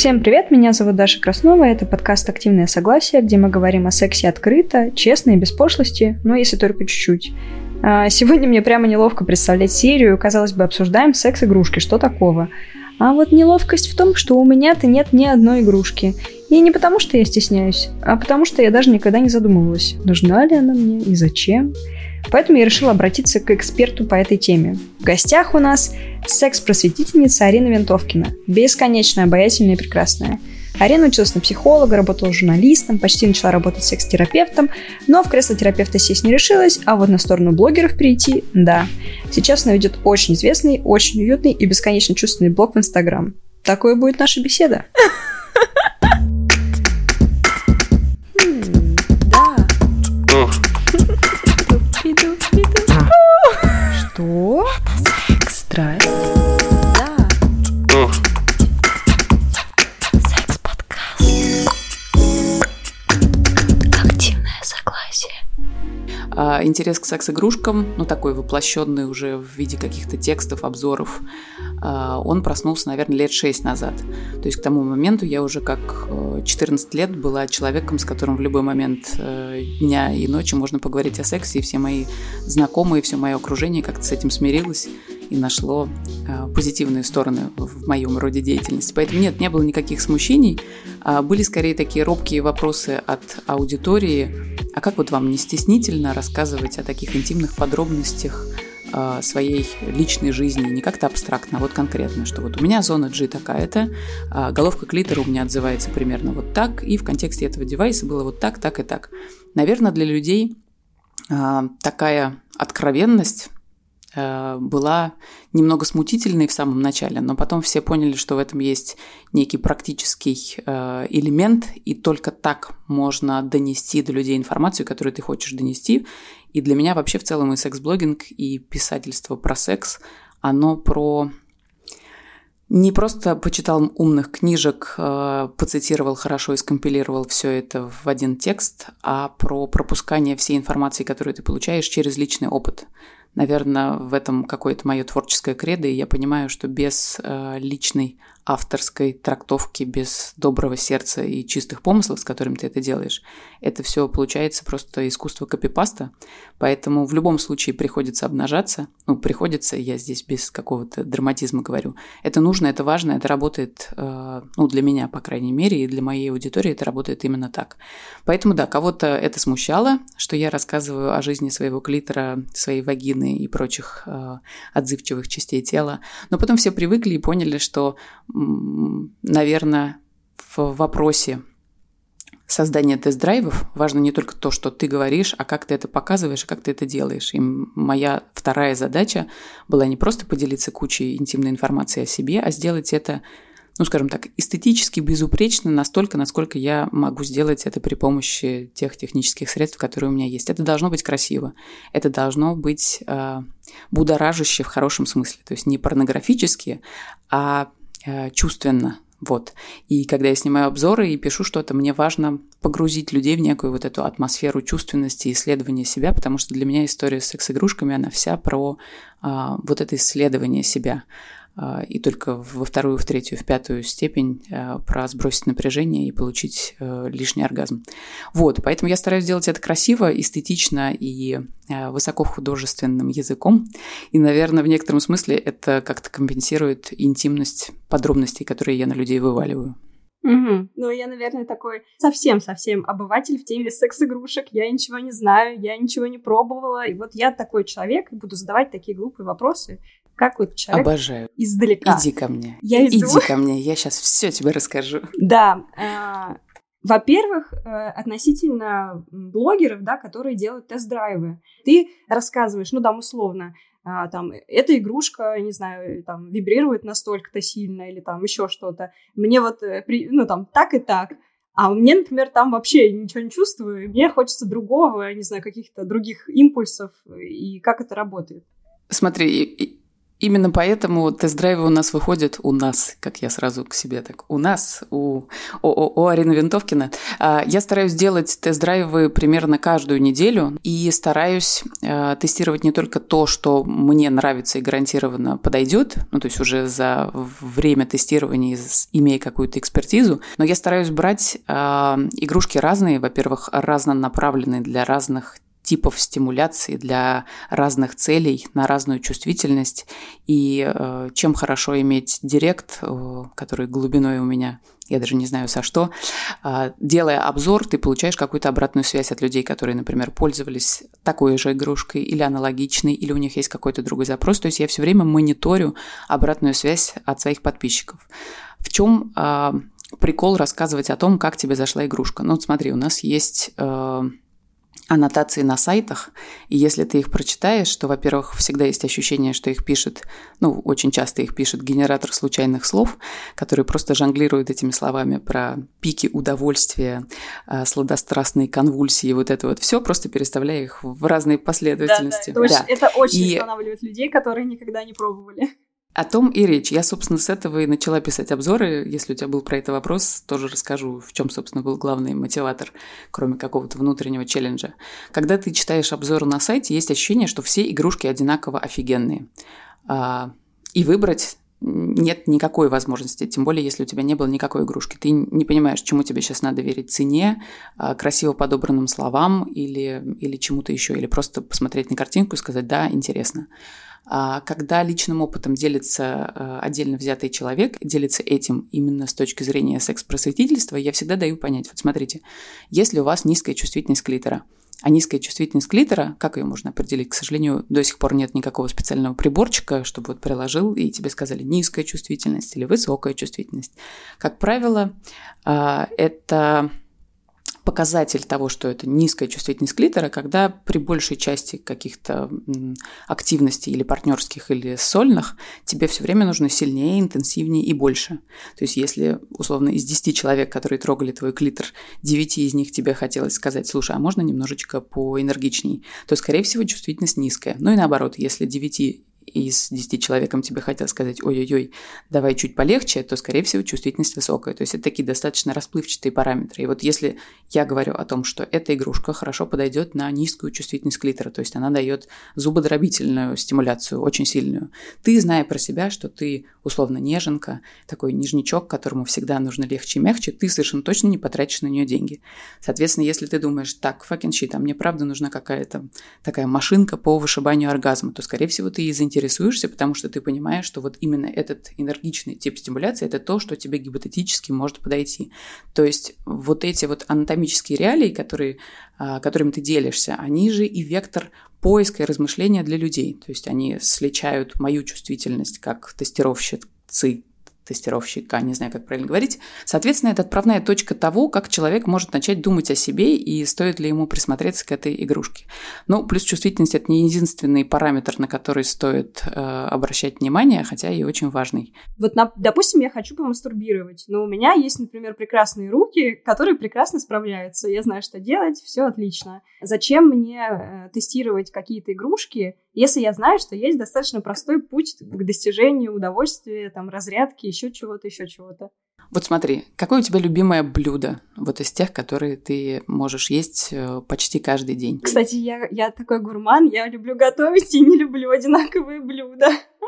Всем привет, меня зовут Даша Краснова, это подкаст «Активное согласие», где мы говорим о сексе открыто, честно и без пошлости, но если только чуть-чуть. Сегодня мне прямо неловко представлять серию, казалось бы, обсуждаем секс-игрушки, что такого? А вот неловкость в том, что у меня-то нет ни одной игрушки. И не потому, что я стесняюсь, а потому, что я даже никогда не задумывалась, нужна ли она мне и зачем. Поэтому я решила обратиться к эксперту по этой теме. В гостях у нас секс-просветительница Арина Винтовкина. Бесконечно обаятельная и прекрасная. Арина училась на психолога, работала журналистом, почти начала работать секс-терапевтом, но в кресло терапевта сесть не решилась, а вот на сторону блогеров перейти – да. Сейчас она ведет очень известный, очень уютный и бесконечно чувственный блог в Инстаграм. Такой будет наша беседа. Что? Это секс. Драйв. Да. Секс-подкаст. Активное согласие. Интерес к секс-игрушкам, такой воплощенный уже в виде каких-то текстов, обзоров, он проснулся, наверное, лет 6 назад. То есть к тому моменту я уже как 14 лет была человеком, с которым в любой момент дня и ночи можно поговорить о сексе, и все мои знакомые, все мое окружение как-то с этим смирилось и нашло позитивные стороны в моем роде деятельности. Поэтому нет, не было никаких смущений, были скорее такие робкие вопросы от аудитории. А как вот вам не стеснительно рассказывать о таких интимных подробностях своей личной жизни, не как-то абстрактно, а вот конкретно, что вот у меня зона G такая-то, головка клитора у меня отзывается примерно вот так, и в контексте этого девайса было вот так, так и так. Наверное, для людей такая откровенность была немного смутительной в самом начале, но потом все поняли, что в этом есть некий практический элемент, и только так можно донести до людей информацию, которую ты хочешь донести. И для меня вообще в целом и секс-блогинг, и писательство про секс, оно про... Не просто почитал умных книжек, поцитировал хорошо и скомпилировал все это в один текст, а про пропускание всей информации, которую ты получаешь через личный опыт. Наверное, в этом какое-то мое творческое кредо, и я понимаю, что без личной авторской трактовки, без доброго сердца и чистых помыслов, с которыми ты это делаешь, это все получается просто искусство копипаста. Поэтому в любом случае приходится обнажаться. Приходится, я здесь без какого-то драматизма говорю. Это нужно, это важно, это работает, для меня, по крайней мере, и для моей аудитории это работает именно так. Поэтому, да, кого-то это смущало, что я рассказываю о жизни своего клитора, своей вагины и прочих отзывчивых частей тела. Но потом все привыкли и поняли, что, наверное, в вопросе создания тест-драйвов важно не только то, что ты говоришь, а как ты это показываешь, и как ты это делаешь. И моя вторая задача была не просто поделиться кучей интимной информации о себе, а сделать это, скажем так, эстетически безупречно настолько, насколько я могу сделать это при помощи тех технических средств, которые у меня есть. Это должно быть красиво, это должно быть будоражаще в хорошем смысле, то есть не порнографически, а чувственно. Вот. И когда я снимаю обзоры и пишу что-то, мне важно погрузить людей в некую вот эту атмосферу чувственности и исследования себя, потому что для меня история с секс-игрушками, она вся про вот это исследование себя. И только во вторую, в третью, в пятую степень про сбросить напряжение и получить лишний оргазм. Вот, поэтому я стараюсь делать это красиво, эстетично и высокохудожественным языком. И, наверное, в некотором смысле это как-то компенсирует интимность подробностей, которые я на людей вываливаю. Угу. Я, наверное, такой совсем-совсем обыватель в теме секс-игрушек. Я ничего не знаю, я ничего не пробовала. И вот я такой человек и буду задавать такие глупые вопросы. Как вот человек Обожаю. Издалека. Иди ко мне. Иди ко мне, я сейчас все тебе расскажу. Да. Во-первых, относительно блогеров, да, которые делают тест-драйвы. Ты рассказываешь, условно, эта игрушка, не знаю, вибрирует настолько-то сильно или еще что-то. Мне так и так. А мне, например, там вообще ничего не чувствую, и мне хочется другого, не знаю, каких-то других импульсов, и как это работает. Смотри, Именно поэтому тест-драйвы у нас выходят, как я сразу к себе так, у Арины Винтовкина. Я стараюсь делать тест-драйвы примерно каждую неделю и стараюсь тестировать не только то, что мне нравится и гарантированно подойдет, ну, то есть уже за время тестирования, имея какую-то экспертизу, но я стараюсь брать игрушки разные, во-первых, разнонаправленные для разных типов стимуляции, для разных целей, на разную чувствительность. И чем хорошо иметь директ, который глубиной у меня, я даже не знаю со что, делая обзор, ты получаешь какую-то обратную связь от людей, которые, например, пользовались такой же игрушкой или аналогичной, или у них есть какой-то другой запрос. То есть я все время мониторю обратную связь от своих подписчиков. В чем прикол рассказывать о том, как тебе зашла игрушка? Ну вот смотри, у нас есть аннотации на сайтах, и если ты их прочитаешь, то, во-первых, всегда есть ощущение, что их пишет, очень часто их пишет генератор случайных слов, который просто жонглирует этими словами про пики удовольствия, сладострастные конвульсии, вот это вот все, просто переставляя их в разные последовательности. Да. Это очень останавливает людей, которые никогда не пробовали. О том и речь. Я, собственно, с этого и начала писать обзоры. Если у тебя был про это вопрос, тоже расскажу, в чем, собственно, был главный мотиватор, кроме какого-то внутреннего челленджа. Когда ты читаешь обзоры на сайте, есть ощущение, что все игрушки одинаково офигенные. И выбрать нет никакой возможности, тем более, если у тебя не было никакой игрушки. Ты не понимаешь, чему тебе сейчас надо верить: цене, красиво подобранным словам или чему-то еще, или просто посмотреть на картинку и сказать: да, интересно. Когда личным опытом делится отдельно взятый человек, делится этим именно с точки зрения секс-просветительства, я всегда даю понять: вот смотрите, если у вас низкая чувствительность клитора, а низкая чувствительность клитора, как ее можно определить? К сожалению, до сих пор нет никакого специального приборчика, чтобы вот приложил, и тебе сказали низкая чувствительность или высокая чувствительность. Как правило, это показатель того, что это низкая чувствительность клитора, когда при большей части каких-то активностей или партнерских, или сольных тебе все время нужно сильнее, интенсивнее и больше. То есть если, условно, из 10 человек, которые трогали твой клитор, 9 из них тебе хотелось сказать: слушай, а можно немножечко поэнергичней, то, скорее всего, чувствительность низкая. Ну и наоборот, если 9 из 10 человекам тебе хотел сказать: ой-ой-ой, давай чуть полегче, то, скорее всего, чувствительность высокая. То есть это такие достаточно расплывчатые параметры. И вот если я говорю о том, что эта игрушка хорошо подойдет на низкую чувствительность клитора, то есть она дает зубодробительную стимуляцию, очень сильную, ты, зная про себя, что ты, условно, неженка, такой нежнячок, которому всегда нужно легче и мягче, ты совершенно точно не потратишь на нее деньги. Соответственно, если ты думаешь: так, fucking shit, а мне правда нужна какая-то такая машинка по вышибанию оргазма, то, скорее всего, ты и заинтересуешься, потому что ты понимаешь, что вот именно этот энергичный тип стимуляции – это то, что тебе гипотетически может подойти. То есть вот эти вот анатомические реалии, которыми ты делишься, они же и вектор поиска и размышления для людей. То есть они сличают мою чувствительность как тестировщика, не знаю, как правильно говорить. Соответственно, это отправная точка того, как человек может начать думать о себе и стоит ли ему присмотреться к этой игрушке. Ну, плюс чувствительность – это не единственный параметр, на который стоит обращать внимание, хотя и очень важный. Вот, допустим, я хочу помастурбировать, но у меня есть, например, прекрасные руки, которые прекрасно справляются. Я знаю, что делать, все отлично. Зачем мне тестировать какие-то игрушки, если я знаю, что есть достаточно простой путь к достижению удовольствия, там, разрядки, еще чего-то. Вот смотри, какое у тебя любимое блюдо, вот из тех, которые ты можешь есть почти каждый день? Кстати, я такой гурман, я люблю готовить и не люблю одинаковые блюда.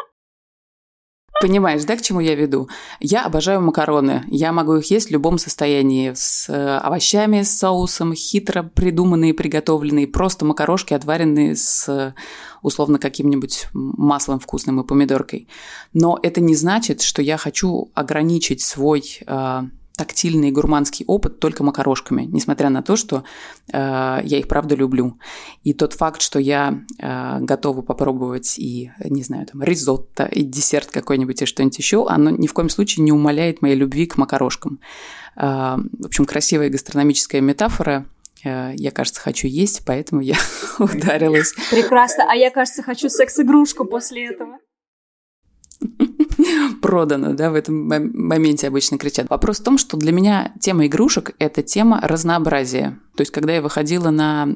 Понимаешь, да, к чему я веду? Я обожаю макароны. Я могу их есть в любом состоянии. С овощами, с соусом, хитро придуманные, приготовленные. Просто макарошки, отваренные с, условно, каким-нибудь маслом вкусным и помидоркой. Но это не значит, что я хочу ограничить свой тактильный гурманский опыт только макарошками, несмотря на то, что я их правда люблю. И тот факт, что я готова попробовать и, не знаю, там, ризотто, и десерт какой-нибудь, и что-нибудь еще, оно ни в коем случае не умаляет моей любви к макарошкам. В общем, красивая гастрономическая метафора. Я, кажется, хочу есть, поэтому я ударилась. Прекрасно. А я, кажется, хочу секс-игрушку после этого. Продано, да, в этом моменте обычно кричат. Вопрос в том, что для меня тема игрушек – это тема разнообразия. То есть, когда я выходила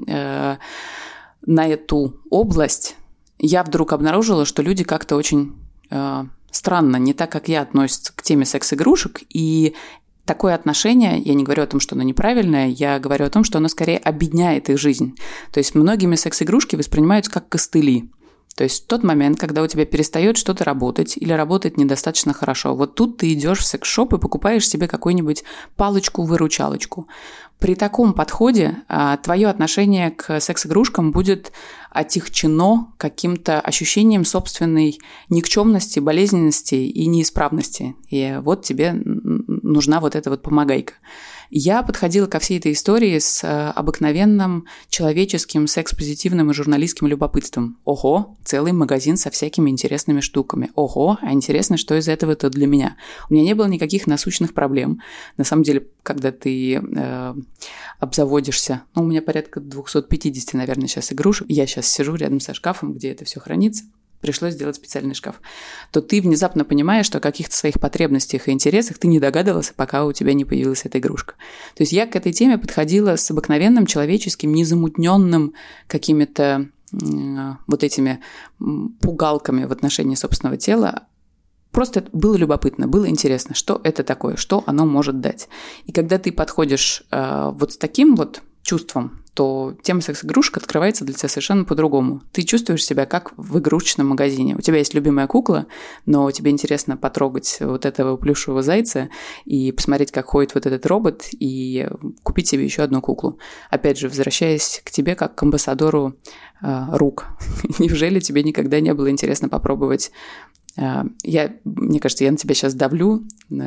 на эту область, я вдруг обнаружила, что люди как-то очень странно, не так, как я относится к теме секс-игрушек, и такое отношение, я не говорю о том, что оно неправильное, я говорю о том, что оно скорее обедняет их жизнь. То есть многими секс-игрушки воспринимаются как костыли. То есть в тот момент, когда у тебя перестает что-то работать или работает недостаточно хорошо, вот тут ты идешь в секс-шоп и покупаешь себе какую-нибудь палочку-выручалочку. При таком подходе твое отношение к секс-игрушкам будет отягчено каким-то ощущением собственной никчемности, болезненности и неисправности. И вот тебе нужна вот эта вот помогайка. Я подходила ко всей этой истории с обыкновенным человеческим секс-позитивным и журналистским любопытством. Ого, целый магазин со всякими интересными штуками. Ого, а интересно, что из этого-то для меня? У меня не было никаких насущных проблем. На самом деле, когда ты обзаводишься, у меня порядка 250, наверное, сейчас игрушек. Я сейчас сижу рядом со шкафом, где это все хранится. Пришлось сделать специальный шкаф, то ты внезапно понимаешь, что о каких-то своих потребностях и интересах ты не догадывался, пока у тебя не появилась эта игрушка. То есть я к этой теме подходила с обыкновенным человеческим, незамутненным какими-то вот этими пугалками в отношении собственного тела. Просто было любопытно, было интересно, что это такое, что оно может дать. И когда ты подходишь вот с таким вот чувством, то тема секс-игрушек открывается для тебя совершенно по-другому. Ты чувствуешь себя как в игрушечном магазине. У тебя есть любимая кукла, но тебе интересно потрогать вот этого плюшевого зайца и посмотреть, как ходит вот этот робот, и купить себе еще одну куклу. Опять же, возвращаясь к тебе как к амбассадору рук. Неужели тебе никогда не было интересно попробовать? Мне кажется, я на тебя сейчас давлю.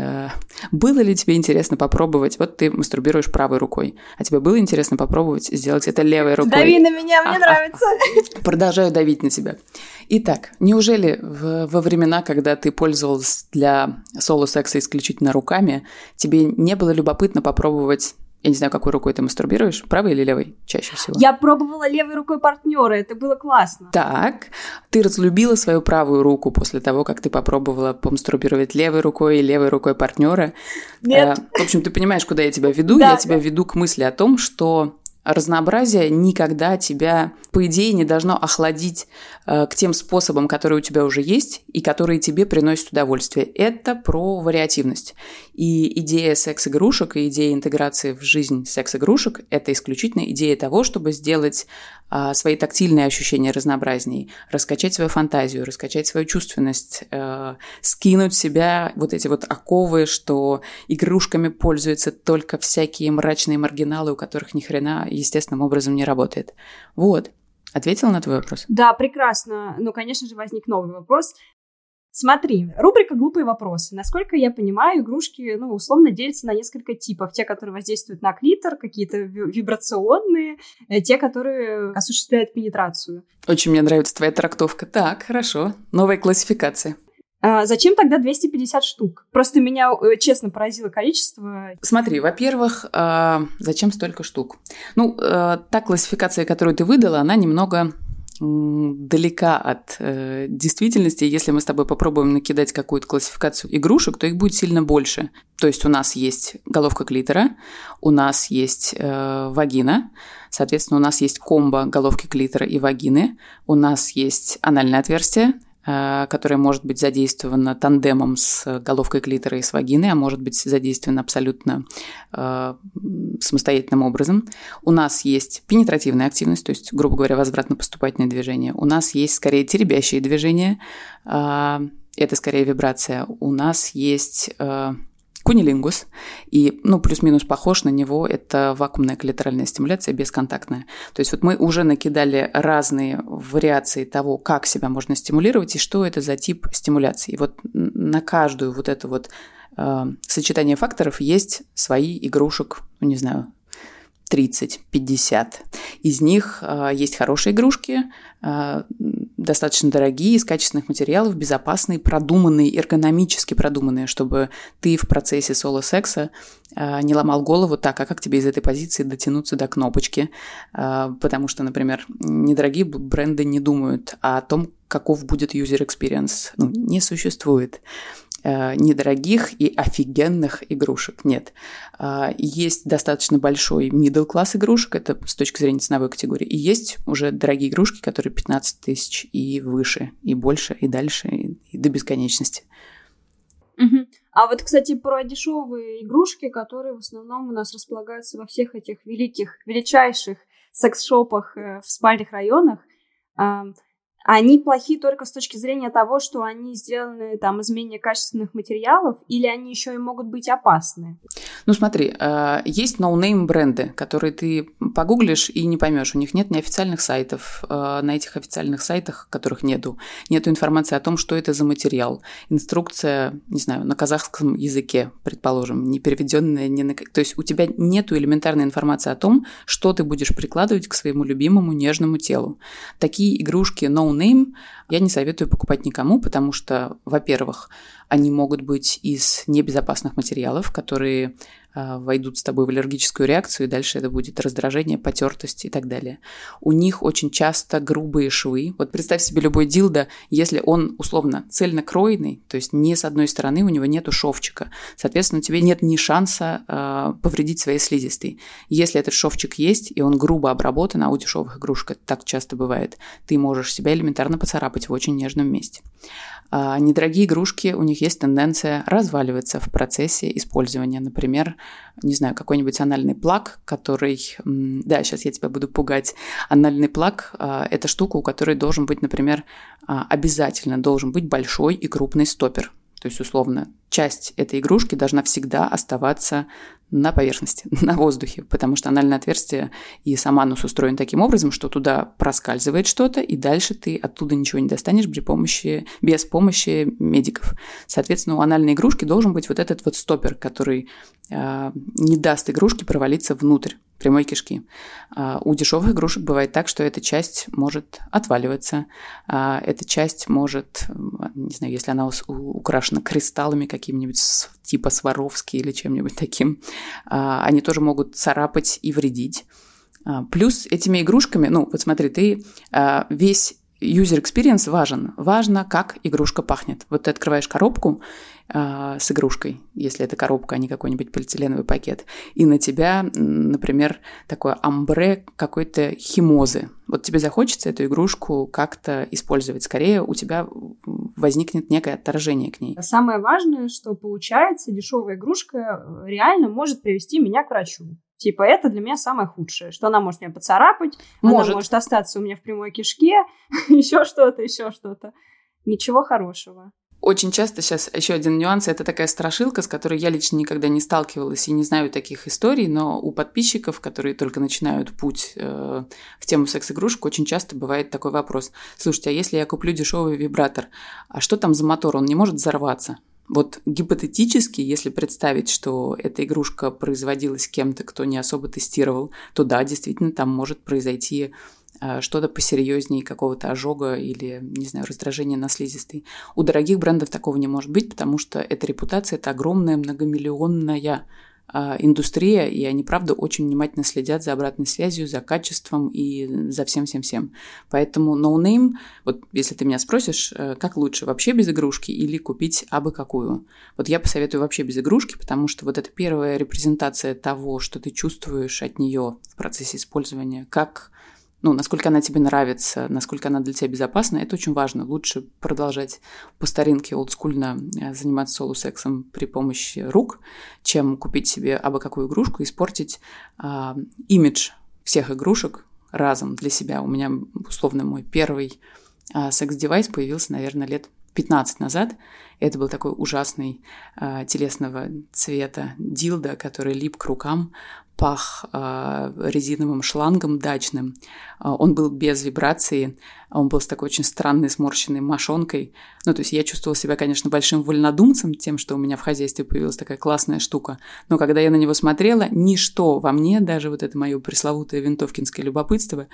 Было ли тебе интересно попробовать? Вот ты мастурбируешь правой рукой, а тебе было интересно попробовать сделать это левой рукой? Дави на меня, мне нравится. Продолжаю давить на тебя. Итак, неужели во времена, когда ты пользовалась для соло-секса исключительно руками, тебе не было любопытно попробовать... Я не знаю, какой рукой ты мастурбируешь, правой или левой чаще всего? Я пробовала левой рукой партнера, это было классно. Так, ты разлюбила свою правую руку после того, как ты попробовала помастурбировать левой рукой партнера. Нет. В общем, ты понимаешь, куда я тебя веду? Да. Я тебя веду к мысли о том, что разнообразие никогда тебя, по идее, не должно охладить к тем способам, которые у тебя уже есть и которые тебе приносят удовольствие. Это про вариативность. И идея секс-игрушек и идея интеграции в жизнь секс-игрушек – это исключительно идея того, чтобы сделать свои тактильные ощущения разнообразней, раскачать свою фантазию, раскачать свою чувственность, скинуть с себя вот эти вот оковы, что игрушками пользуются только всякие мрачные маргиналы, у которых ни хрена естественным образом не работает. Вот. Ответила на твой вопрос? Да, прекрасно. Но, конечно же, возник новый вопрос. Смотри, рубрика «Глупые вопросы». Насколько я понимаю, игрушки, условно делятся на несколько типов. Те, которые воздействуют на клитор, какие-то вибрационные, те, которые осуществляют пенетрацию. Очень мне нравится твоя трактовка. Так, хорошо. Новая классификация. Зачем тогда 250 штук? Просто меня, честно, поразило количество. Смотри, во-первых, зачем столько штук? Та классификация, которую ты выдала, она немного далека от действительности. Если мы с тобой попробуем накидать какую-то классификацию игрушек, то их будет сильно больше. То есть у нас есть головка клитора, у нас есть вагина, соответственно, у нас есть комбо головки клитора и вагины, у нас есть анальное отверстие, которая может быть задействована тандемом с головкой клитора и с вагиной, а может быть задействована абсолютно самостоятельным образом. У нас есть пенетративная активность, то есть, грубо говоря, возвратно-поступательное движение. У нас есть скорее теребящие движения, это скорее вибрация. У нас есть кунилингус, и, плюс-минус похож на него, это вакуумная клиторальная стимуляция бесконтактная. То есть вот мы уже накидали разные вариации того, как себя можно стимулировать и что это за тип стимуляции. И вот на каждую вот это вот сочетание факторов есть свои игрушек, 30-50. Из них есть хорошие игрушки, достаточно дорогие, из качественных материалов, безопасные, продуманные, эргономически продуманные, чтобы ты в процессе соло-секса не ломал голову так, а как тебе из этой позиции дотянуться до кнопочки. Потому что, например, недорогие бренды не думают о том, каков будет user experience. Не существует. недорогих и офигенных игрушек. Нет. Есть достаточно большой middle класс игрушек, это с точки зрения ценовой категории. И есть уже дорогие игрушки, которые 15 тысяч и выше, и больше, и дальше, и до бесконечности. Угу. А вот, кстати, про дешевые игрушки, которые в основном у нас располагаются во всех этих величайших секс-шопах в спальных районах, они плохи только с точки зрения того, что они сделаны там из менее качественных материалов, или они еще и могут быть опасны? Ну смотри, есть ноунейм бренды, которые ты погуглишь и не поймешь. У них нет неофициальных сайтов. На этих официальных сайтах, которых нету информации о том, что это за материал. Инструкция, не знаю, на казахском языке, предположим, не переведенная ни на... То есть у тебя нету элементарной информации о том, что ты будешь прикладывать к своему любимому нежному телу. Такие игрушки ноунейм я не советую покупать никому, потому что, во-первых, они могут быть из небезопасных материалов, которые войдут с тобой в аллергическую реакцию, и дальше это будет раздражение, потертость и так далее. У них очень часто грубые швы. Вот представь себе любой дилдо, если он условно цельнокроенный, то есть не с одной стороны у него нету шовчика, соответственно, у тебя нет ни шанса повредить свои слизистые. Если этот шовчик есть, и он грубо обработан, а у дешевых игрушек это так часто бывает, ты можешь себя элементарно поцарапать в очень нежном месте. Недорогие игрушки, у них есть тенденция разваливаться в процессе использования. Например, не знаю, какой-нибудь анальный плаг, который... Да, сейчас я тебя буду пугать. Анальный плаг – это штука, у которой должен быть, например, обязательно должен быть большой и крупный стоппер. То есть, условно, часть этой игрушки должна всегда оставаться на поверхности, на воздухе, потому что анальное отверстие и сам анус устроен таким образом, что туда проскальзывает что-то, и дальше ты оттуда ничего не достанешь без помощи медиков. Соответственно, у анальной игрушки должен быть вот этот вот стоппер, который не даст игрушке провалиться внутрь прямой кишки. У дешевых игрушек бывает так, что эта часть может отваливаться, эта часть может, не знаю, если она украшена кристаллами какими-нибудь типа Сваровски или чем-нибудь таким, они тоже могут царапать и вредить. Плюс этими игрушками, ну, вот смотри, ты весь user experience важен. Важно, как игрушка пахнет. Вот ты открываешь коробку с игрушкой, если это коробка, а не какой-нибудь полиэтиленовый пакет, и на тебя, например, такое амбре какой-то химозы. Вот тебе захочется эту игрушку как-то использовать. Скорее у тебя возникнет некое отторжение к ней. Самое важное, что получается, дешевая игрушка реально может привести меня к врачу. Типа, это для меня самое худшее, что она может меня поцарапать, она может остаться у меня в прямой кишке, еще что-то. Ничего хорошего. Очень часто сейчас еще один нюанс, это такая страшилка, с которой я лично никогда не сталкивалась и не знаю таких историй, но у подписчиков, которые только начинают путь в тему секс-игрушек, очень часто бывает такой вопрос. Слушайте, а если я куплю дешевый вибратор, а что там за мотор, он не может взорваться? Вот гипотетически, если представить, что эта игрушка производилась кем-то, кто не особо тестировал, то да, действительно, там может произойти что-то посерьезнее какого-то ожога или, не знаю, раздражения на слизистой. У дорогих брендов такого не может быть, потому что эта репутация – это огромная многомиллионная индустрия, и они, правда, очень внимательно следят за обратной связью, за качеством и за всем-всем-всем. Поэтому no-name, вот если ты меня спросишь, как лучше, вообще без игрушки или купить абы какую? Вот я посоветую вообще без игрушки, потому что вот это первая репрезентация того, что ты чувствуешь от нее в процессе использования, насколько она тебе нравится, насколько она для тебя безопасна, это очень важно. Лучше продолжать по старинке олдскульно заниматься соло-сексом при помощи рук, чем купить себе абы какую игрушку и испортить имидж всех игрушек разом для себя. У меня, условно, мой первый секс-девайс появился, наверное, лет 15 назад. Это был такой ужасный телесного цвета дилдо, который лип к рукам, пах резиновым шлангом дачным. Он был без вибрации, он был с такой очень странной сморщенной мошонкой. То есть я чувствовала себя, конечно, большим вольнодумцем тем, что у меня в хозяйстве появилась такая классная штука. Но когда я на него смотрела, ничто во мне, даже вот это мое пресловутое винтовкинское любопытство,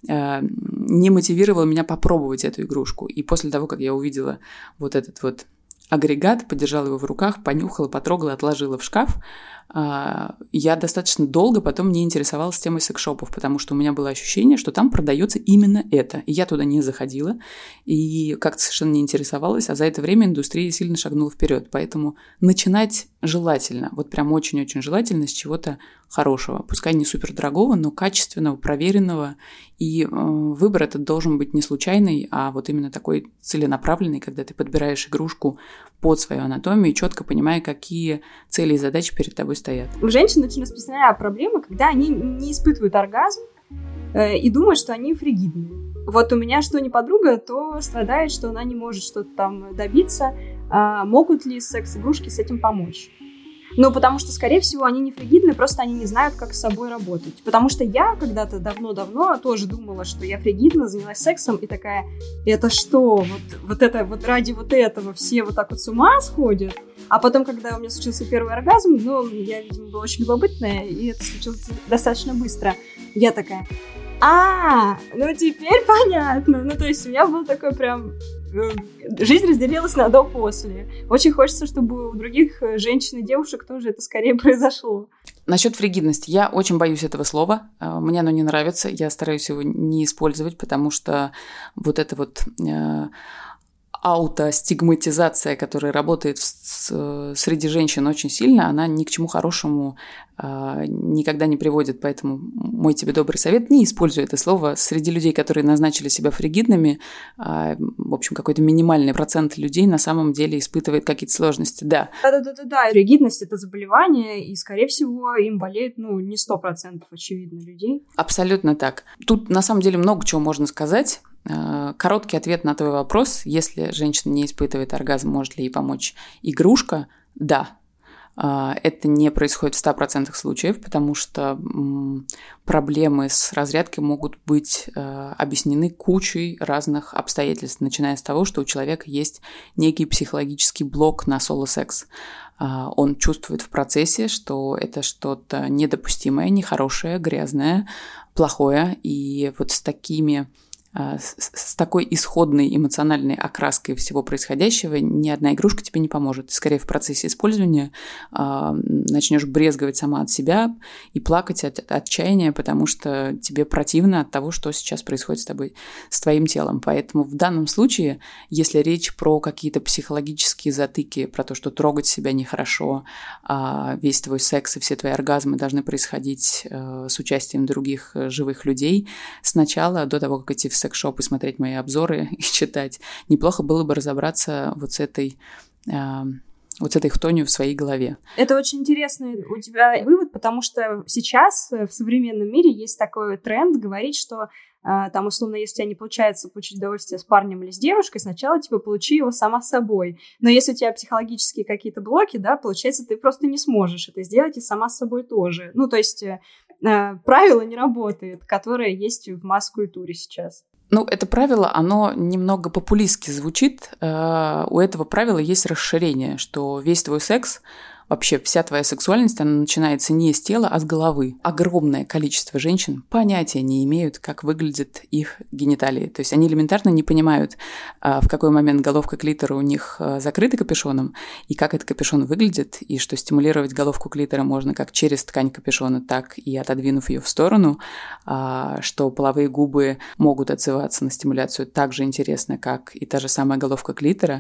не мотивировало меня попробовать эту игрушку. И после того, как я увидела вот этот вот агрегат, подержала его в руках, понюхала, потрогала, отложила в шкаф, я достаточно долго потом не интересовалась темой секс-шопов, потому что у меня было ощущение, что там продается именно это. И я туда не заходила и как-то совершенно не интересовалась, а за это время индустрия сильно шагнула вперед. Поэтому начинать желательно, вот прям очень-очень желательно с чего-то хорошего. Пускай не супердорогого, но качественного, проверенного. И выбор этот должен быть не случайный, а вот именно такой целенаправленный, когда ты подбираешь игрушку под свою анатомию, четко понимая, какие цели и задачи перед тобой стоят. У женщин очень распространенная проблема, когда они не испытывают оргазм и думают, что они фригидные. Вот у меня что не подруга, то страдает, что она не может что-то там добиться. Могут ли секс-игрушки с этим помочь? Ну, потому что, скорее всего, они не фригидны, просто они не знают, как с собой работать. Потому что я когда-то давно-давно тоже думала, что я фригидна, занялась сексом, и такая, это что? Вот это, вот ради вот этого все вот так вот с ума сходят? А потом, когда у меня случился первый оргазм, я, видимо, была очень любопытная, и это случилось достаточно быстро. Я такая, теперь понятно. То есть у меня был такой прям... Жизнь разделилась на до-после. Очень хочется, чтобы у других женщин и девушек тоже это скорее произошло. Насчет фригидности. Я очень боюсь этого слова. Мне оно не нравится. Я стараюсь его не использовать, потому что вот это вот аутостигматизация, которая работает среди женщин очень сильно, она ни к чему хорошему никогда не приводит. Поэтому мой тебе добрый совет: не используй это слово среди людей, которые назначили себя фригидными. В общем, какой-то минимальный процент людей на самом деле испытывает какие-то сложности. Да. Фригидность – это заболевание, и, скорее всего, им болеет, не 100% очевидно людей. Абсолютно так. Тут, на самом деле, много чего можно сказать. Короткий ответ на твой вопрос: если женщина не испытывает оргазм, может ли ей помочь игрушка? Да. Это не происходит в 100% случаев, потому что проблемы с разрядкой могут быть объяснены кучей разных обстоятельств, начиная с того, что у человека есть некий психологический блок на соло-секс. Он чувствует в процессе, что это что-то недопустимое, нехорошее, грязное, плохое, и вот с такой исходной эмоциональной окраской всего происходящего ни одна игрушка тебе не поможет. Ты скорее в процессе использования начнешь брезговать сама от себя и плакать от отчаяния, потому что тебе противно от того, что сейчас происходит с тобой, с твоим телом. Поэтому в данном случае, если речь про какие-то психологические затыки, про то, что трогать себя нехорошо, весь твой секс и все твои оргазмы должны происходить с участием других живых людей, сначала, до того, как идти в секс-шоп и смотреть мои обзоры и читать, неплохо было бы разобраться вот с этой хтонью в своей голове. Это очень интересный у тебя вывод, потому что сейчас в современном мире есть такой тренд говорить, что там, условно, если у тебя не получается получить удовольствие с парнем или с девушкой, сначала получи его сама собой. Но если у тебя психологические какие-то блоки, да, получается, ты просто не сможешь это сделать и сама с собой тоже. То есть правило не работает, которое есть в масс-культуре сейчас. Это правило, оно немного популистски звучит. У этого правила есть расширение, что весь твой секс, вообще вся твоя сексуальность, она начинается не с тела, а с головы. Огромное количество женщин понятия не имеют, как выглядят их гениталии. То есть они элементарно не понимают, в какой момент головка клитора у них закрыта капюшоном, и как этот капюшон выглядит, и что стимулировать головку клитора можно как через ткань капюшона, так и отодвинув ее в сторону, что половые губы могут отзываться на стимуляцию так же интересно, как и та же самая головка клитора.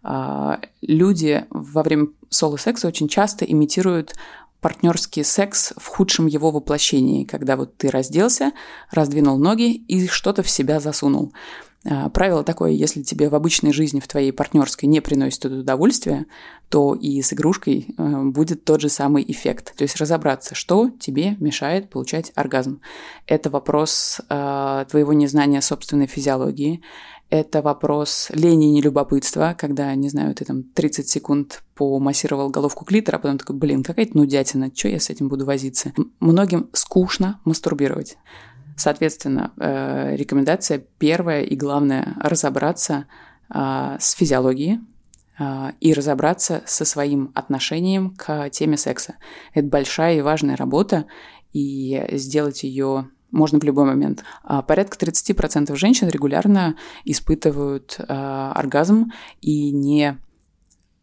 Люди во время соло-секса очень часто имитируют партнерский секс в худшем его воплощении, когда вот ты разделся, раздвинул ноги и что-то в себя засунул. Правило такое: если тебе в обычной жизни, в твоей партнерской, не приносит это удовольствие, то и с игрушкой будет тот же самый эффект. То есть разобраться, что тебе мешает получать оргазм. Это вопрос твоего незнания собственной физиологии. Это вопрос лени и нелюбопытства, когда, не знаю, ты там 30 секунд помассировал головку клитора, а потом такой: какая-то нудятина, что я с этим буду возиться? Многим скучно мастурбировать. Соответственно, рекомендация первая и главная – разобраться с физиологией и разобраться со своим отношением к теме секса. Это большая и важная работа, и сделать ее можно в любой момент. Порядка 30% женщин регулярно испытывают оргазм и не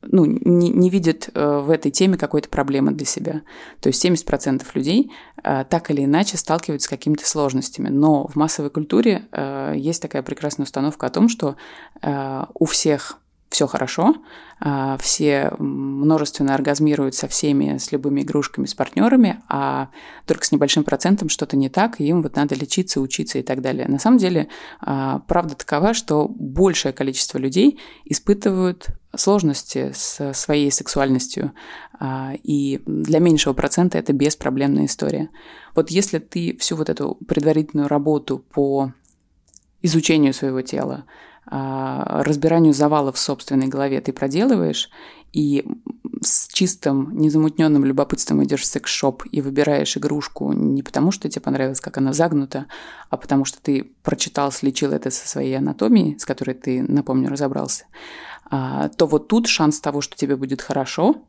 не видят в этой теме какой-то проблемы для себя. То есть 70% людей так или иначе сталкиваются с какими-то сложностями. Но в массовой культуре есть такая прекрасная установка о том, что у всех все хорошо, все множественно оргазмируют со всеми, с любыми игрушками, с партнерами, а только с небольшим процентом что-то не так, и им вот надо лечиться, учиться и так далее. На самом деле, правда такова, что большее количество людей испытывают сложности с своей сексуальностью, и для меньшего процента это беспроблемная история. Вот если ты всю вот эту предварительную работу по изучению своего тела, разбиранию завалов в собственной голове ты проделываешь, и с чистым, незамутненным любопытством идешь в секс-шоп и выбираешь игрушку не потому, что тебе понравилось, как она загнута, а потому что ты прочитал, слечил это со своей анатомией, с которой ты, напомню, разобрался, то вот тут шанс того, что тебе будет хорошо,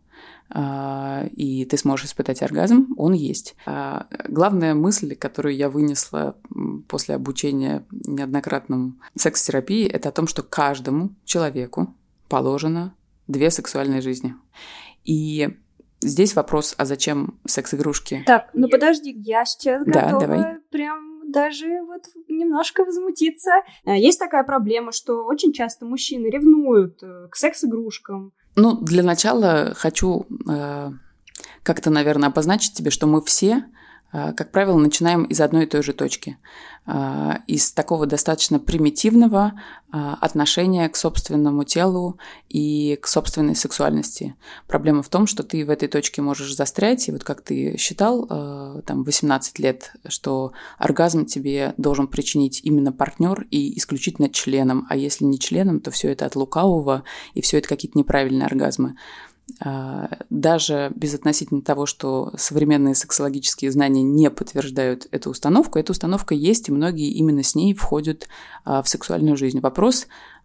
и ты сможешь испытать оргазм, он есть. Главная мысль, которую я вынесла после обучения неоднократным секс-терапии, это о том, что каждому человеку положено 2 сексуальные жизни. И здесь вопрос, а зачем секс-игрушки? Так, ну подожди, я сейчас готова давай. прям даже вот немножко возмутиться. Есть такая проблема, что очень часто мужчины ревнуют к секс-игрушкам. Ну, для начала хочу как-то, наверное, обозначить тебе, что мы все, как правило, начинаем из одной и той же точки. Из такого достаточно примитивного отношения к собственному телу и к собственной сексуальности. Проблема в том, что ты в этой точке можешь застрять, и вот как ты считал, там, 18 лет, что оргазм тебе должен причинить именно партнер и исключительно членом, а если не членом, то все это от лукавого, и все это какие-то неправильные оргазмы. Даже безотносительно того, что современные сексологические знания не подтверждают эту установку, эта установка есть, и многие именно с ней входят в сексуальную жизнь. Вопрос,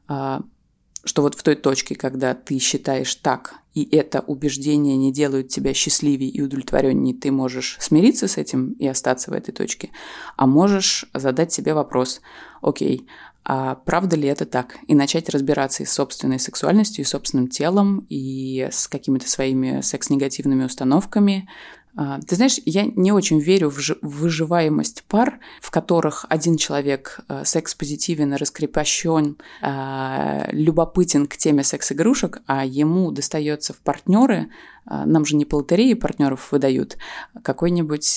что вот в той точке, когда ты считаешь так, и это убеждение не делают тебя счастливее и удовлетвореннее, ты можешь смириться с этим и остаться в этой точке, а можешь задать себе вопрос: окей, а правда ли это так? И начать разбираться и с собственной сексуальностью, и с собственным телом, и с какими-то своими секс-негативными установками. Ты знаешь, я не очень верю в выживаемость пар, в которых один человек секс-позитивен, раскрепощен, любопытен к теме секс-игрушек, а ему достается в партнеры, нам же не по лотерее партнеров выдают, какой-нибудь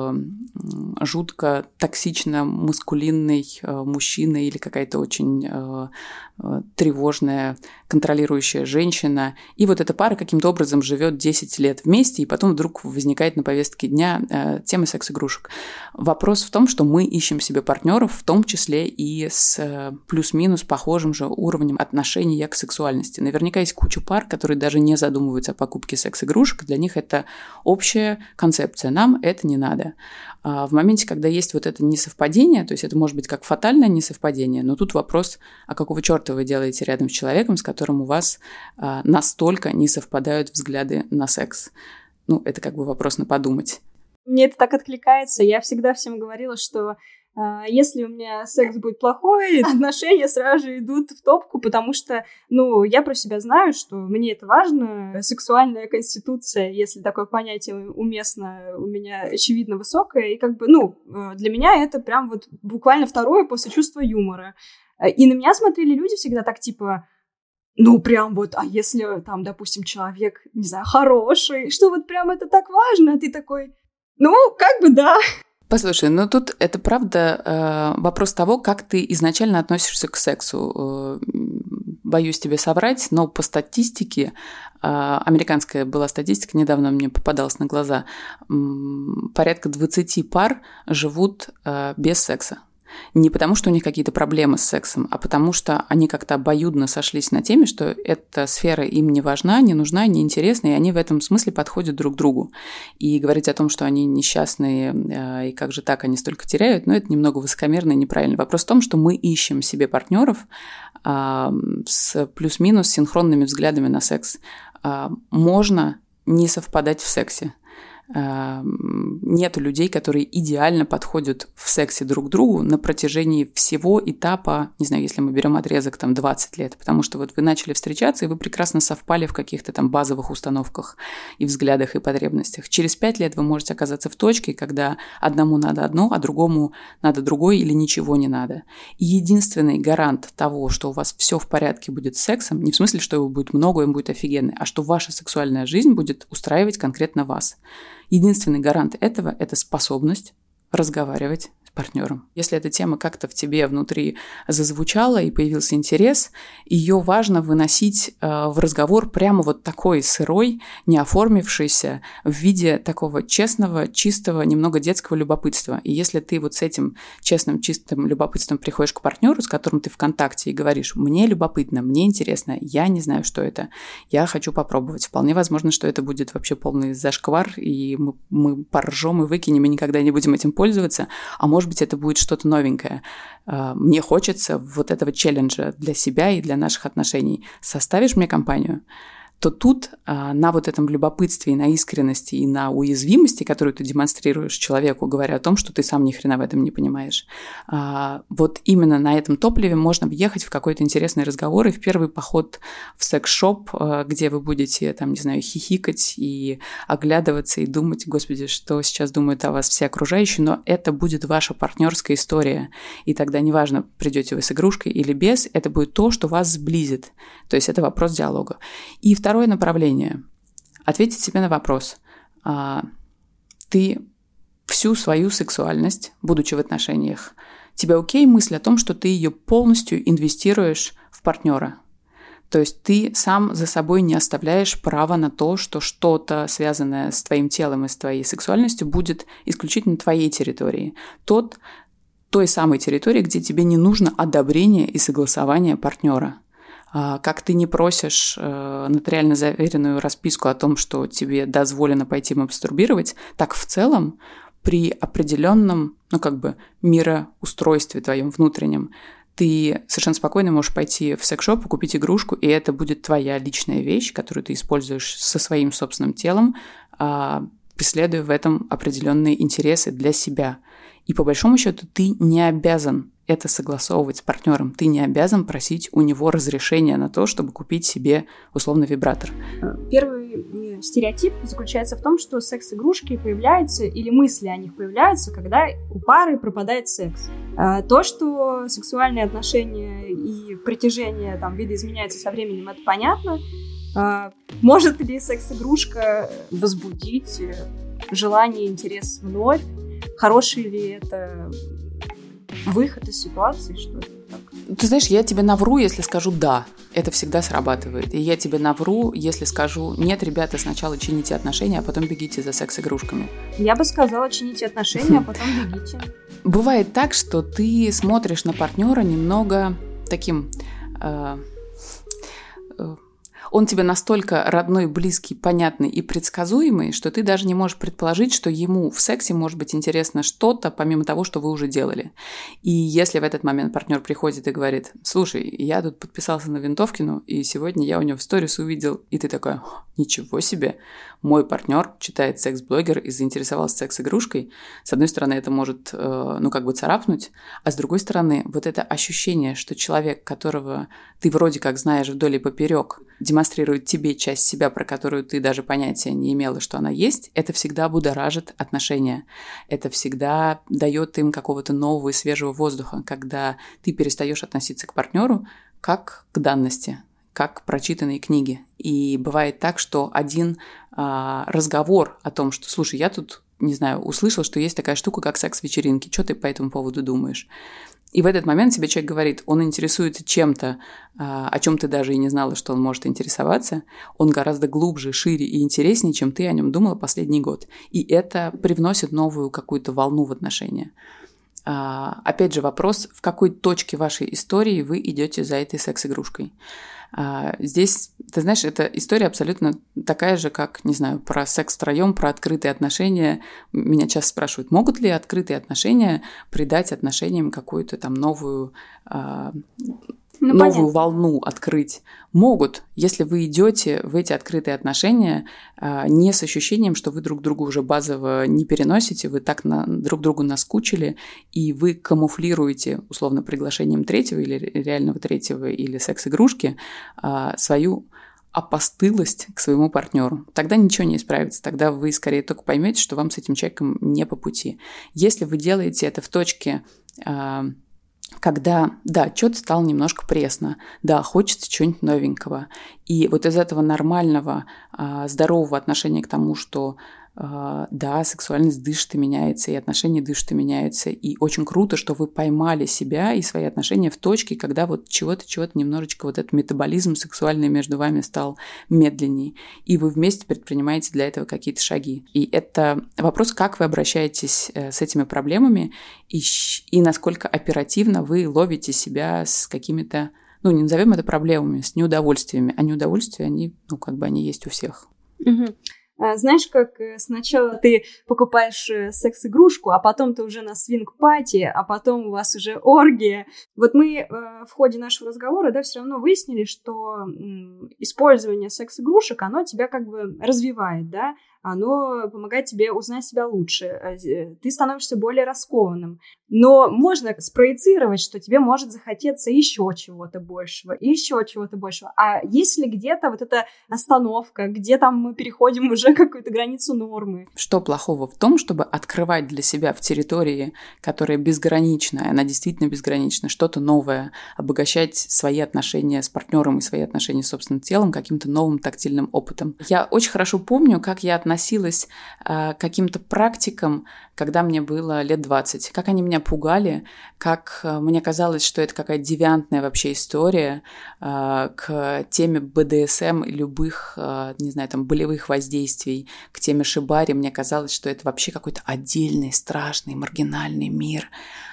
жутко токсично маскулинный мужчина или какая-то очень тревожная, контролирующая женщина. И вот эта пара каким-то образом живет 10 лет вместе, и потом вдруг возникает на повестке дня тема секс-игрушек. Вопрос в том, что мы ищем себе партнеров, в том числе и с плюс-минус похожим же уровнем отношения к сексуальности. Наверняка есть куча пар, которые даже не задумываются о покупке секс-игрушек, для них это общая концепция, нам это не надо. В моменте, когда есть вот это несовпадение, то есть это может быть как фатальное несовпадение, но тут вопрос, а какого черта вы делаете рядом с человеком, с которым у вас настолько не совпадают взгляды на секс? Ну, это как бы вопрос на подумать. Мне это так откликается. Я всегда всем говорила, что если у меня секс будет плохой, отношения сразу же идут в топку, потому что, я про себя знаю, что мне это важно. Сексуальная конституция, если такое понятие уместно, у меня очевидно высокая, и для меня это прям вот буквально второе после чувства юмора. И на меня смотрели люди всегда так, типа, прям вот, а если там, допустим, человек, не знаю, хороший, что вот прям это так важно, а ты такой, да. Послушай, тут это правда вопрос того, как ты изначально относишься к сексу. Боюсь тебе соврать, но по статистике, американская была статистика, недавно мне попадалась на глаза, порядка 20 пар живут без секса. Не потому, что у них какие-то проблемы с сексом, а потому что они как-то обоюдно сошлись на теме, что эта сфера им не важна, не нужна, не интересна, и они в этом смысле подходят друг к другу. И говорить о том, что они несчастные, и как же так, они столько теряют, это немного высокомерно и неправильно. Вопрос в том, что мы ищем себе партнеров с плюс-минус синхронными взглядами на секс. Можно не совпадать в сексе. нету людей, которые идеально подходят в сексе друг к другу на протяжении всего этапа, не знаю, если мы берем отрезок там 20 лет, потому что вот вы начали встречаться, и вы прекрасно совпали в каких-то там базовых установках и взглядах и потребностях. Через 5 лет вы можете оказаться в точке, когда одному надо одно, а другому надо другое или ничего не надо. И единственный гарант того, что у вас все в порядке будет с сексом, не в смысле, что его будет много, им будет офигенно, а что ваша сексуальная жизнь будет устраивать конкретно вас. Единственный гарант этого – это способность разговаривать с партнером. Если эта тема как-то в тебе внутри зазвучала и появился интерес, ее важно выносить в разговор прямо вот такой сырой, не оформившийся в виде такого честного, чистого, немного детского любопытства. И если ты вот с этим честным, чистым любопытством приходишь к партнеру, с которым ты в контакте, и говоришь: «Мне любопытно, мне интересно, я не знаю, что это, я хочу попробовать». Вполне возможно, что это будет вообще полный зашквар, и мы поржем и выкинем, и никогда не будем этим пользоваться, а может быть, это будет что-то новенькое. Мне хочется вот этого челленджа для себя и для наших отношений. Составишь мне компанию? То тут на вот этом любопытстве и на искренности, и на уязвимости, которую ты демонстрируешь человеку, говоря о том, что ты сам ни хрена в этом не понимаешь, вот именно на этом топливе можно въехать в какой-то интересный разговор и в первый поход в секс-шоп, где вы будете, там, не знаю, хихикать и оглядываться и думать: господи, что сейчас думают о вас все окружающие, но это будет ваша партнерская история. И тогда неважно, придете вы с игрушкой или без, это будет то, что вас сблизит. То есть это вопрос диалога. И второе направление. Ответить себе на вопрос. Ты всю свою сексуальность, будучи в отношениях, тебе окей мысль о том, что ты ее полностью инвестируешь в партнера? То есть ты сам за собой не оставляешь права на то, что что-то, связанное с твоим телом и с твоей сексуальностью, будет исключительно твоей территорией. Той самой территории, где тебе не нужно одобрение и согласование партнера. Как ты не просишь нотариально заверенную расписку о том, что тебе дозволено пойти мастурбировать, так в целом при определенном, мироустройстве твоем внутреннем ты совершенно спокойно можешь пойти в секс-шоп и купить игрушку, и это будет твоя личная вещь, которую ты используешь со своим собственным телом, преследуя в этом определенные интересы для себя. И по большому счету ты не обязан это согласовывать с партнером. Ты не обязан просить у него разрешения на то, чтобы купить себе условно вибратор. Первый стереотип заключается в том, что секс-игрушки появляются или мысли о них появляются, когда у пары пропадает секс. То, что сексуальные отношения и притяжение видоизменяются со временем, это понятно. Может ли секс-игрушка возбудить желание, интерес вновь? Хороший ли это выход из ситуации, что это так? Ты знаешь, я тебе навру, если скажу «да». Это всегда срабатывает. И я тебе навру, если скажу «нет, ребята, сначала чините отношения, а потом бегите за секс-игрушками». Я бы сказала: чините отношения, а потом бегите. Бывает так, что ты смотришь на партнера немного таким... Он тебе настолько родной, близкий, понятный и предсказуемый, что ты даже не можешь предположить, что ему в сексе может быть интересно что-то, помимо того, что вы уже делали. И если в этот момент партнер приходит и говорит: слушай, я тут подписался на Винтовкину, и сегодня я у него в сторис увидел, и ты такой: ничего себе, мой партнер читает секс-блогер и заинтересовался секс-игрушкой. С одной стороны, это может, царапнуть, а с другой стороны, вот это ощущение, что человек, которого ты вроде как знаешь вдоль и поперек, демонстрирует тебе часть себя, про которую ты даже понятия не имела, что она есть, это всегда будоражит отношения. Это всегда дает им какого-то нового и свежего воздуха, когда ты перестаешь относиться к партнеру как к данности, как к прочитанной книге. И бывает так, что один разговор о том, что, слушай, я тут, не знаю, услышал, что есть такая штука, как секс-вечеринки, что ты по этому поводу думаешь? И в этот момент тебе человек говорит, он интересуется чем-то, о чем ты даже и не знала, что он может интересоваться. Он гораздо глубже, шире и интереснее, чем ты о нем думала последний год. И это привносит новую какую-то волну в отношения. Опять же, вопрос, в какой точке вашей истории вы идете за этой секс-игрушкой. Здесь, ты знаешь, эта история абсолютно такая же, как, не знаю, про секс втроем, про открытые отношения. Меня часто спрашивают, могут ли открытые отношения придать отношениям какую-то там новую новую волну открыть. Могут, если вы идете в эти открытые отношения не с ощущением, что вы друг другу уже базово не переносите, вы так друг другу наскучили, и вы камуфлируете, условно, приглашением третьего или реального третьего или секс-игрушки свою опостылость к своему партнеру. Тогда ничего не исправится. Тогда вы скорее только поймете, что вам с этим человеком не по пути. Если вы делаете это в точке, когда, да, что-то стало немножко пресно, да, хочется чего-нибудь новенького. И вот из этого нормального, здорового отношения к тому, что да, сексуальность дышит и меняется, и отношения дышат и меняются. И очень круто, что вы поймали себя и свои отношения в точке, когда вот чего-то немножечко вот этот метаболизм сексуальный между вами стал медленней. И вы вместе предпринимаете для этого какие-то шаги. И это вопрос, как вы обращаетесь с этими проблемами и насколько оперативно вы ловите себя с какими-то, ну, не назовем это проблемами, с неудовольствиями. А неудовольствия, они есть у всех. Знаешь, как сначала ты покупаешь секс-игрушку, а потом ты уже на свинг-пати, а потом у вас уже оргия. Вот мы в ходе нашего разговора, да, все равно выяснили, что использование секс-игрушек, оно тебя как бы развивает, да, оно помогает тебе узнать себя лучше, ты становишься более раскованным. Но можно спроецировать, что тебе может захотеться еще чего-то большего, еще чего-то большего. А если где-то вот эта остановка, где там мы переходим уже какую-то границу нормы? Что плохого в том, чтобы открывать для себя в территории, которая безграничная, она действительно безгранична, что-то новое, обогащать свои отношения с партнером и свои отношения с собственным телом каким-то новым тактильным опытом. Я очень хорошо помню, как я относилась к каким-то практикам, когда мне было лет 20, как они меня пугали, как мне казалось, что это какая-то девиантная вообще история к теме БДСМ и любых, не знаю, там, болевых воздействий, к теме шибари. Мне казалось, что это вообще какой-то отдельный, страшный, маргинальный мир.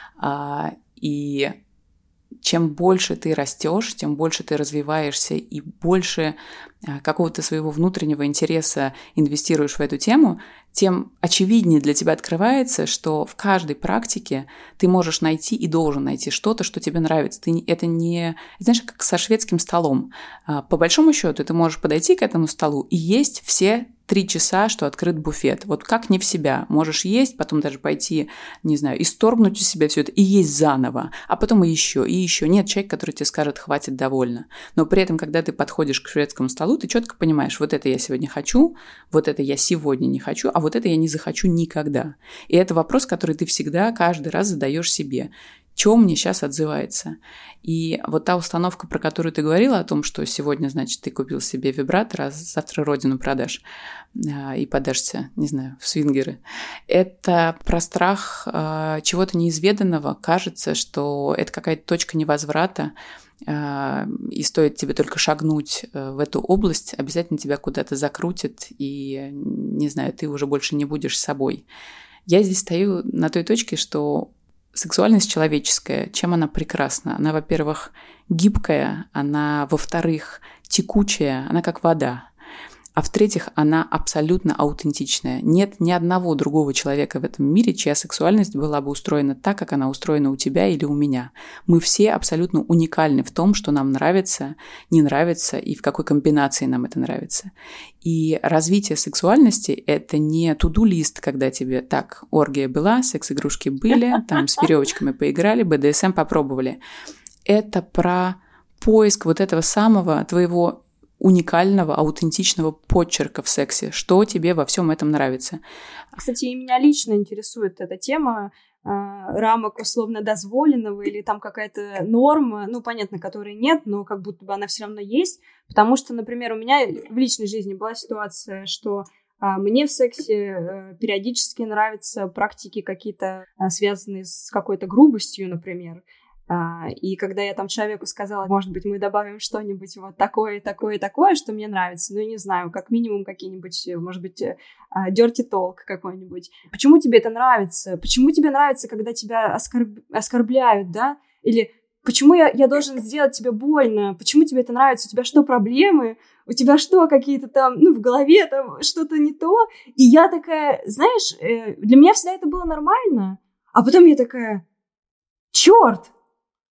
И чем больше ты растешь, тем больше ты развиваешься и больше какого-то своего внутреннего интереса инвестируешь в эту тему, тем очевиднее для тебя открывается, что в каждой практике ты можешь найти и должен найти что-то, что тебе нравится. Это не, знаешь, как со шведским столом. По большому счету ты можешь подойти к этому столу и есть все 3 часа, что открыт буфет. Вот как не в себя. Можешь есть, потом даже пойти, не знаю, исторгнуть из себя все это и есть заново. А потом и еще, и еще. Нет человека, который тебе скажет, хватит, довольно. Но при этом, когда ты подходишь к шведскому столу, ты четко понимаешь, вот это я сегодня хочу, вот это я сегодня не хочу, а вот это я не захочу никогда. И это вопрос, который ты всегда, каждый раз задаешь себе. Чего мне сейчас отзывается? И вот та установка, про которую ты говорила, о том, что сегодня, значит, ты купил себе вибратор, а завтра родину продашь и подашься, не знаю, в свингеры. Это про страх чего-то неизведанного. Кажется, что это какая-то точка невозврата, и стоит тебе только шагнуть в эту область, обязательно тебя куда-то закрутит, и, не знаю, ты уже больше не будешь собой. Я здесь стою на той точке, что сексуальность человеческая, чем она прекрасна? Она, во-первых, гибкая, она, во-вторых, текучая, она как вода. А в-третьих, она абсолютно аутентичная. Нет ни одного другого человека в этом мире, чья сексуальность была бы устроена так, как она устроена у тебя или у меня. Мы все абсолютно уникальны в том, что нам нравится, не нравится и в какой комбинации нам это нравится. И развитие сексуальности – это не to-do-лист, когда тебе так, оргия была, секс-игрушки были, там с веревочками поиграли, БДСМ попробовали. Это про поиск вот этого самого твоего уникального, аутентичного подчерка в сексе. Что тебе во всем этом нравится? Кстати, и меня лично интересует эта тема рамок условно дозволенного или там какая-то норма, ну, понятно, которой нет, но как будто бы она все равно есть. Потому что, например, у меня в личной жизни была ситуация, что мне в сексе периодически нравятся практики какие-то, связанные с какой-то грубостью, например. И когда я там человеку сказала, может быть, мы добавим что-нибудь вот такое, такое, такое, что мне нравится, ну, я не знаю, как минимум какие-нибудь, может быть, dirty talk какой-нибудь. Почему тебе это нравится? Почему тебе нравится, когда тебя оскорбляют, да? Или почему я должен сделать тебе больно? Почему тебе это нравится? У тебя что, проблемы? У тебя что, какие-то там, ну, в голове там что-то не то? И я такая, знаешь, для меня всегда это было нормально. А потом я такая, черт!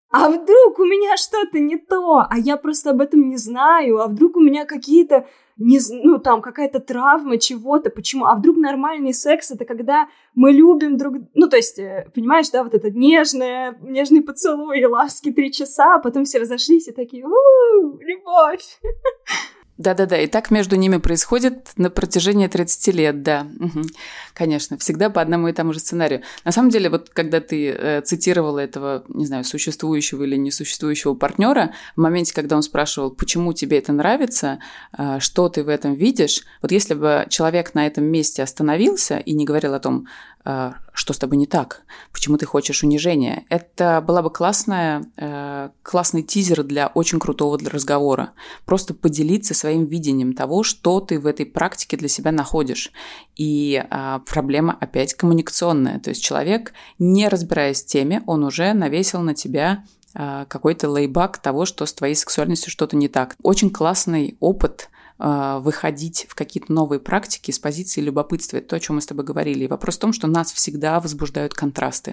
а вдруг у меня что-то не то, а я просто об этом не знаю, а вдруг у меня какие-то, какая-то травма чего-то, почему, а вдруг нормальный секс — это когда мы любим друг, то есть, понимаешь, да, вот это нежный поцелуй и ласки 3 часа, а потом все разошлись и такие, любовь. Да-да-да, и так между ними происходит на протяжении 30 лет, да. Угу. Конечно, всегда по одному и тому же сценарию. На самом деле, вот когда ты цитировала этого, не знаю, существующего или несуществующего партнера, в моменте, когда он спрашивал, почему тебе это нравится, что ты в этом видишь, вот если бы человек на этом месте остановился и не говорил о том, что с тобой не так, почему ты хочешь унижения, это была бы классный тизер для очень крутого разговора. Просто поделиться своим видением того, что ты в этой практике для себя находишь. И проблема опять коммуникационная. То есть человек, не разбираясь в теме, он уже навесил на тебя какой-то лейбак того, что с твоей сексуальностью что-то не так. Очень классный опыт выходить в какие-то новые практики с позиции любопытства. Это то, о чем мы с тобой говорили. И вопрос в том, что нас всегда возбуждают контрасты.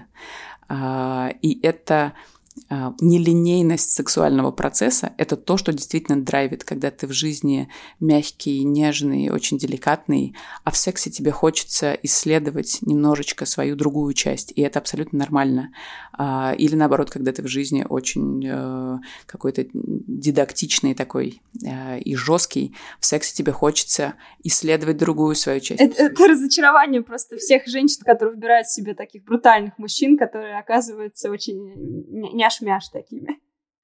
И это нелинейность сексуального процесса – это то, что действительно драйвит, когда ты в жизни мягкий, нежный, очень деликатный, а в сексе тебе хочется исследовать немножечко свою другую часть, и это абсолютно нормально. Или наоборот, когда ты в жизни очень какой-то дидактичный такой и жесткий, в сексе тебе хочется исследовать другую свою часть. Это разочарование просто всех женщин, которые выбирают себе таких брутальных мужчин, которые оказываются очень няш-мяш такими.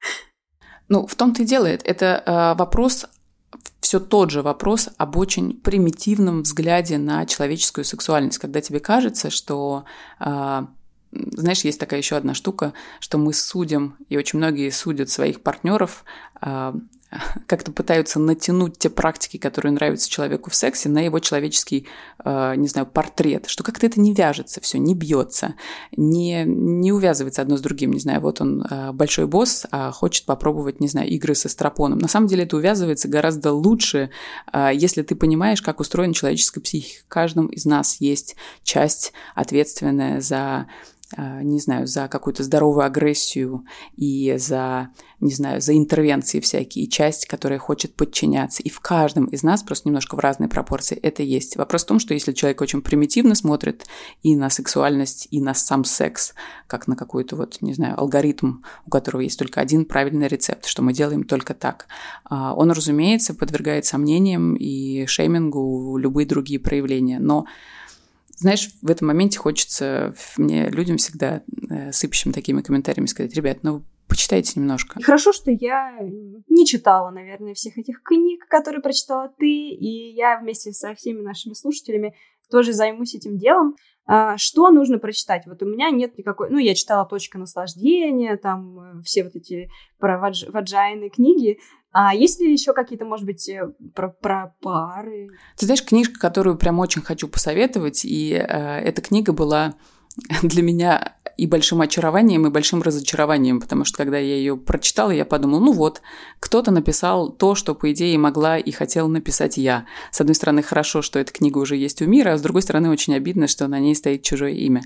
В том-то и дело. Это вопрос, все тот же вопрос об очень примитивном взгляде на человеческую сексуальность, когда тебе кажется, что, знаешь, есть такая еще одна штука, что мы судим, и очень многие судят своих партнеров, как-то пытаются натянуть те практики, которые нравятся человеку в сексе, на его человеческий, портрет, что как-то это не вяжется, все не бьется, не увязывается одно с другим. Не знаю, вот он большой босс, а хочет попробовать, игры со стропоном. На самом деле это увязывается гораздо лучше, если ты понимаешь, как устроена человеческая психика. В каждом из нас есть часть, ответственная за какую-то здоровую агрессию и за интервенции всякие, часть, которая хочет подчиняться. И в каждом из нас, просто немножко в разной пропорции, это есть. Вопрос в том, что если человек очень примитивно смотрит и на сексуальность, и на сам секс, как на какой-то алгоритм, у которого есть только один правильный рецепт, что мы делаем только так, он, разумеется, подвергает сомнениям и шеймингу любые другие проявления. Но знаешь, в этом моменте хочется мне людям всегда сыпящим такими комментариями сказать: ребят, почитайте немножко. И хорошо, что я не читала, наверное, всех этих книг, которые прочитала ты, и я вместе со всеми нашими слушателями тоже займусь этим делом. Что нужно прочитать? Вот у меня нет никакой... я читала «Точка наслаждения», там все вот эти про ваджайные книги. А есть ли еще какие-то, может быть, про пары? Ты знаешь, книжка, которую прям очень хочу посоветовать, и эта книга была для меня и большим очарованием, и большим разочарованием, потому что, когда я ее прочитала, я подумала, кто-то написал то, что, по идее, могла и хотела написать я. С одной стороны, хорошо, что эта книга уже есть у мира, а с другой стороны, очень обидно, что на ней стоит чужое имя.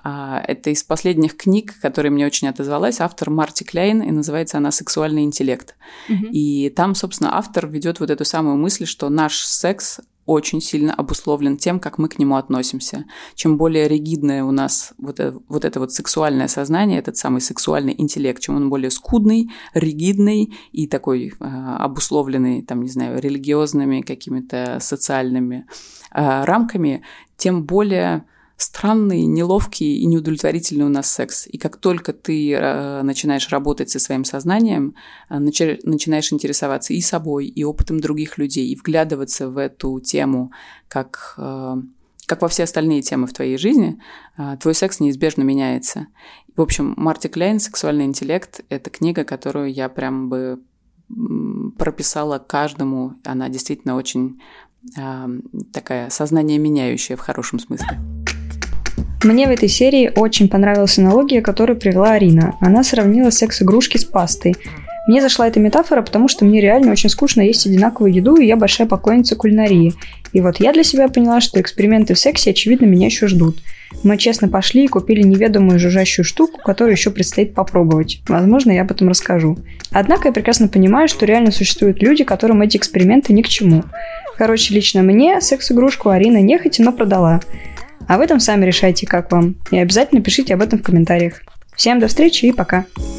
Это из последних книг, которые мне очень отозвалась, автор Марти Кляйн, и называется она «Сексуальный интеллект». Угу. И там, собственно, автор ведет вот эту самую мысль, что наш секс очень сильно обусловлен тем, как мы к нему относимся. Чем более ригидное у нас вот это сексуальное сознание, этот самый сексуальный интеллект, чем он более скудный, ригидный и такой обусловленный, религиозными какими-то социальными рамками, тем более странный, неловкий и неудовлетворительный у нас секс. И как только ты начинаешь работать со своим сознанием, начинаешь интересоваться и собой, и опытом других людей, и вглядываться в эту тему как во все остальные темы в твоей жизни, твой секс неизбежно меняется. В общем, Марти Кляйн «Сексуальный интеллект» — это книга, которую я прям бы прописала каждому. Она действительно очень такая сознание меняющая в хорошем смысле. Мне в этой серии очень понравилась аналогия, которую привела Арина. Она сравнила секс-игрушки с пастой. Мне зашла эта метафора, потому что мне реально очень скучно есть одинаковую еду, и я большая поклонница кулинарии. И вот я для себя поняла, что эксперименты в сексе, очевидно, меня еще ждут. Мы честно пошли и купили неведомую жужжащую штуку, которую еще предстоит попробовать. Возможно, я об этом расскажу. Однако я прекрасно понимаю, что реально существуют люди, которым эти эксперименты ни к чему. Короче, лично мне секс-игрушку Арина нехотя, но продала. А вы там сами решайте, как вам. И обязательно пишите об этом в комментариях. Всем до встречи и пока.